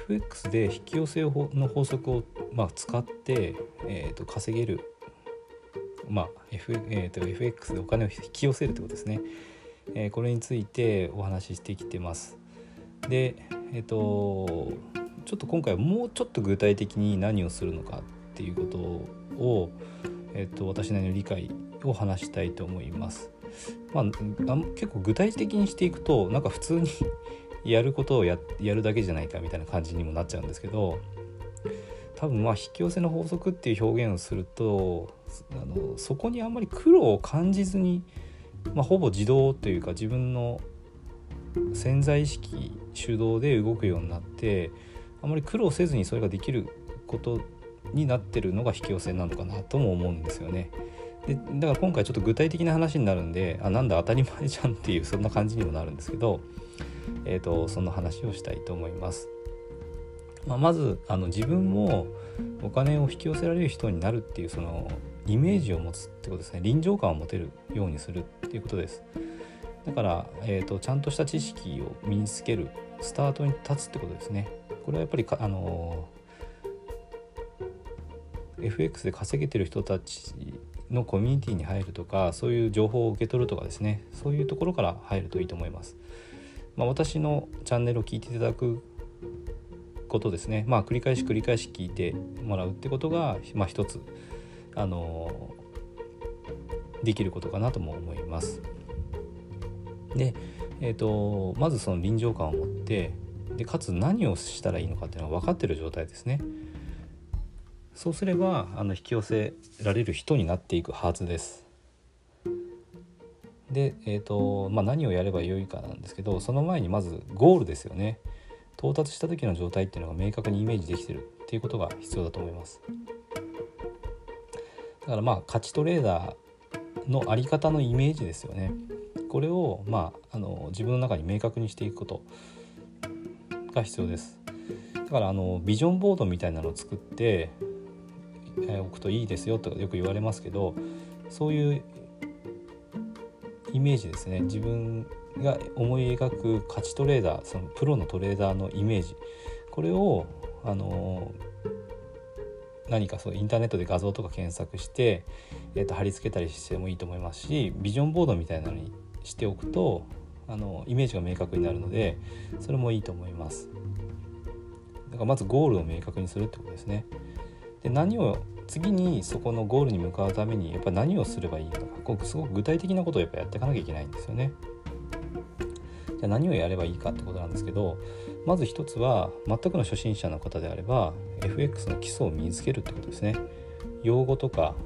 FX で引き寄せの法則を、使って、稼げる、FX でお金を引き寄せるということですね。これについてお話ししてきてます。で、ちょっと今回はもうちょっと具体的に何をするのかっていうことを、私なりの理解を話したいと思います。結構具体的にしていくとなんか普通にやることを やるだけじゃないかみたいな感じにもなっちゃうんですけど、多分引き寄せの法則っていう表現をするとそこにあんまり苦労を感じずに、ほぼ自動というか自分の潜在意識主導で動くようになって、あまり苦労せずにそれができることになってるのが引き寄せなのかなとも思うんですよね。でだから今回ちょっと具体的な話になるんで、なんだ当たり前じゃんっていうそんな感じにもなるんですけど、そんな話をしたいと思います。まず自分もお金を引き寄せられる人になるっていうそのイメージを持つってことですね。臨場感を持てるようにするっていうことです。だから、ちゃんとした知識を身につけるスタートに立つってことですね。これはやっぱりFX で稼げてる人たちのコミュニティに入るとか、そういう情報を受け取るとかですね、そういうところから入るといいと思います。私のチャンネルを聞いていただくことですね、繰り返し聞いてもらうってことが、一つできることかなとも思います。で、まずその臨場感を持って、でかつ何をしたらいいのかっていうのが分かっている状態ですね。そうすれば引き寄せられる人になっていくはずです。で、何をやればよいかなんですけど、その前にまずゴールですよね。到達した時の状態っていうのが明確にイメージできてるっていうことが必要だと思います。だから勝ちトレーダーのあり方のイメージですよね。これを自分の中に明確にしていくことが必要です。だからビジョンボードみたいなのを作っておくといいですよとよく言われますけど、そういうイメージですね。自分が思い描く価値トレーダー、そのプロのトレーダーのイメージ、これを何かそうインターネットで画像とか検索して、貼り付けたりしてもいいと思いますし、ビジョンボードみたいなのにしておくとイメージが明確になるので、それもいいと思います。だからまずゴールを明確にするってことですね。で次にそこのゴールに向かうためにやっぱり何をすればいいのか、すごく具体的なことをやっぱやっていかなきゃいけないんですよね。じゃあ何をやればいいかってことなんですけど、まず一つは全くの初心者の方であれば FX の基礎を身につけるってことですね。用語とか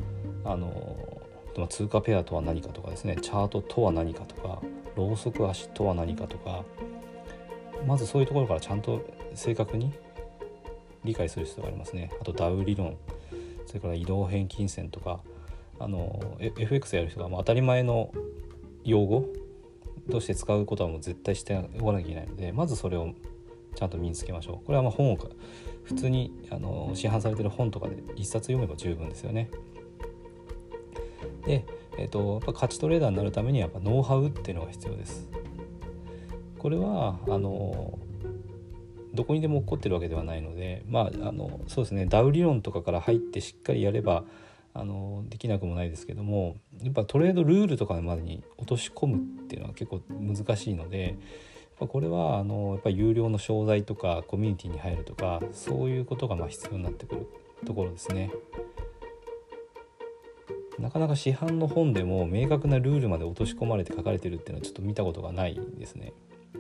通貨ペアとは何かとかですね、チャートとは何かとか、ローソク足とは何かとか、まずそういうところからちゃんと正確に理解する必要がありますね。あとダウ理論、それから移動平均線とかFX やる人が当たり前の用語として使うことはもう絶対しておかなきゃいけないので、まずそれをちゃんと身につけましょう。これは本を普通に市販されている本とかで一冊読めば十分ですよね。で、やっぱ価値トレーダーになるためにはやっぱノウハウっていうのが必要です。これはどこにでも起こってるわけではないので、そうですね、ダウ理論とかから入ってしっかりやればできなくもないですけども、やっぱトレードルールとかまでに落とし込むっていうのは結構難しいので、これはやっぱり有料の商材とかコミュニティに入るとか、そういうことが必要になってくるところですね。なかなか市販の本でも明確なルールまで落とし込まれて書かれてるっていうのはちょっと見たことがないですね。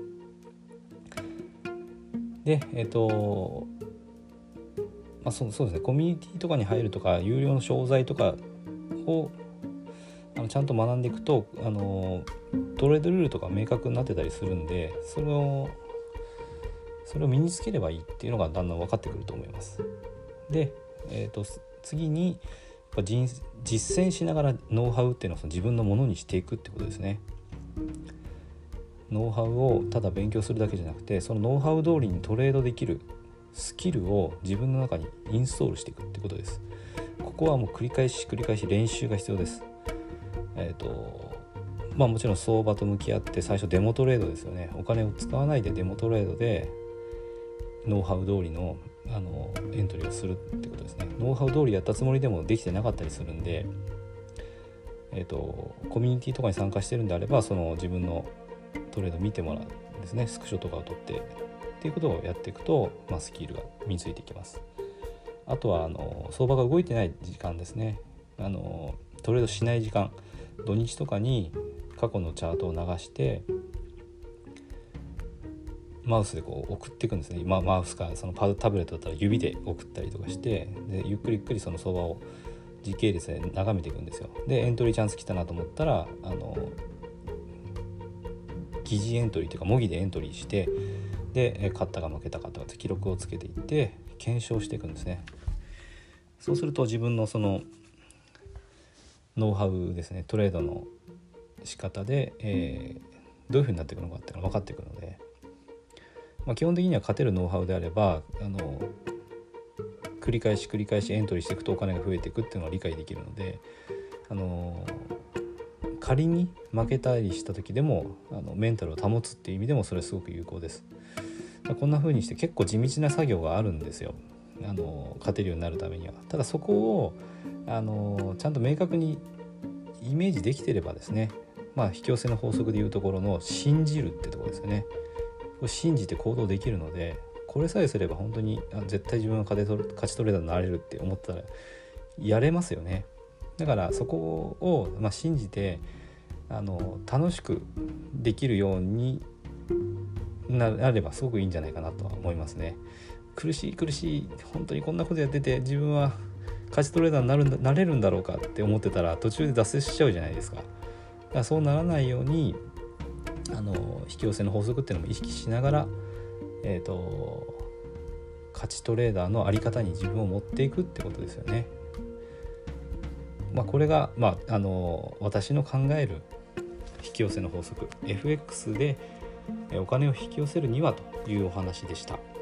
でそうですね、コミュニティとかに入るとか有料の商材とかをちゃんと学んでいくとトレードルールとか明確になってたりするんで、それを身につければいいっていうのがだんだん分かってくると思います。で、次に実践しながらノウハウっていうのを自分のものにしていくってことですね。ノウハウをただ勉強するだけじゃなくて、そのノウハウ通りにトレードできるスキルを自分の中にインストールしていくってことです。ここはもう繰り返し練習が必要です。もちろん相場と向き合って最初デモトレードですよね。お金を使わないでデモトレードでノウハウ通りのエントリーをするってことですね。ノウハウ通りやったつもりでもできてなかったりするんで、コミュニティとかに参加してるんであれば、その自分のトレード見てもらうんですね。スクショとかを取ってっていうことをやっていくと、スキルが身についていきます。あとは相場が動いてない時間ですね。トレードしない時間、土日とかに過去のチャートを流してマウスでこう送っていくんですね。マウスかそのタブレットだったら指で送ったりとかして、でゆっくりその相場を時系列で眺めていくんですよ。でエントリーチャンス来たなと思ったら疑似エントリーというか模擬でエントリーして、で勝ったか負けたかとか記録をつけていって検証していくんですね。そうすると自分のそのノウハウですね、トレードの仕方で、どういう風になっていくのかっていうのが分かってくるので、基本的には勝てるノウハウであれば繰り返しエントリーしていくとお金が増えていくっていうのは理解できるので、仮に負けたりした時でもメンタルを保つっていう意味でもそれはすごく有効です。こんな風にして結構地道な作業があるんですよ、勝てるようになるためには。ただそこをちゃんと明確にイメージできてればですね、引き寄せの法則でいうところの信じるってところですよね。信じて行動できるので、これさえすれば本当に絶対自分は勝ちトレーダーになれるって思ったらやれますよね。だからそこを信じて楽しくできるようになればすごくいいんじゃないかなとは思いますね。苦しい本当にこんなことやってて自分は勝ちトレーダーになれるんだろうかって思ってたら途中で挫折しちゃうじゃないですか。だからそうならないように引き寄せの法則っていうのも意識しながら、勝ちトレーダーのあり方に自分を持っていくってことですよね。これが、私の考える引き寄せの法則 FX でお金を引き寄せるにはというお話でした。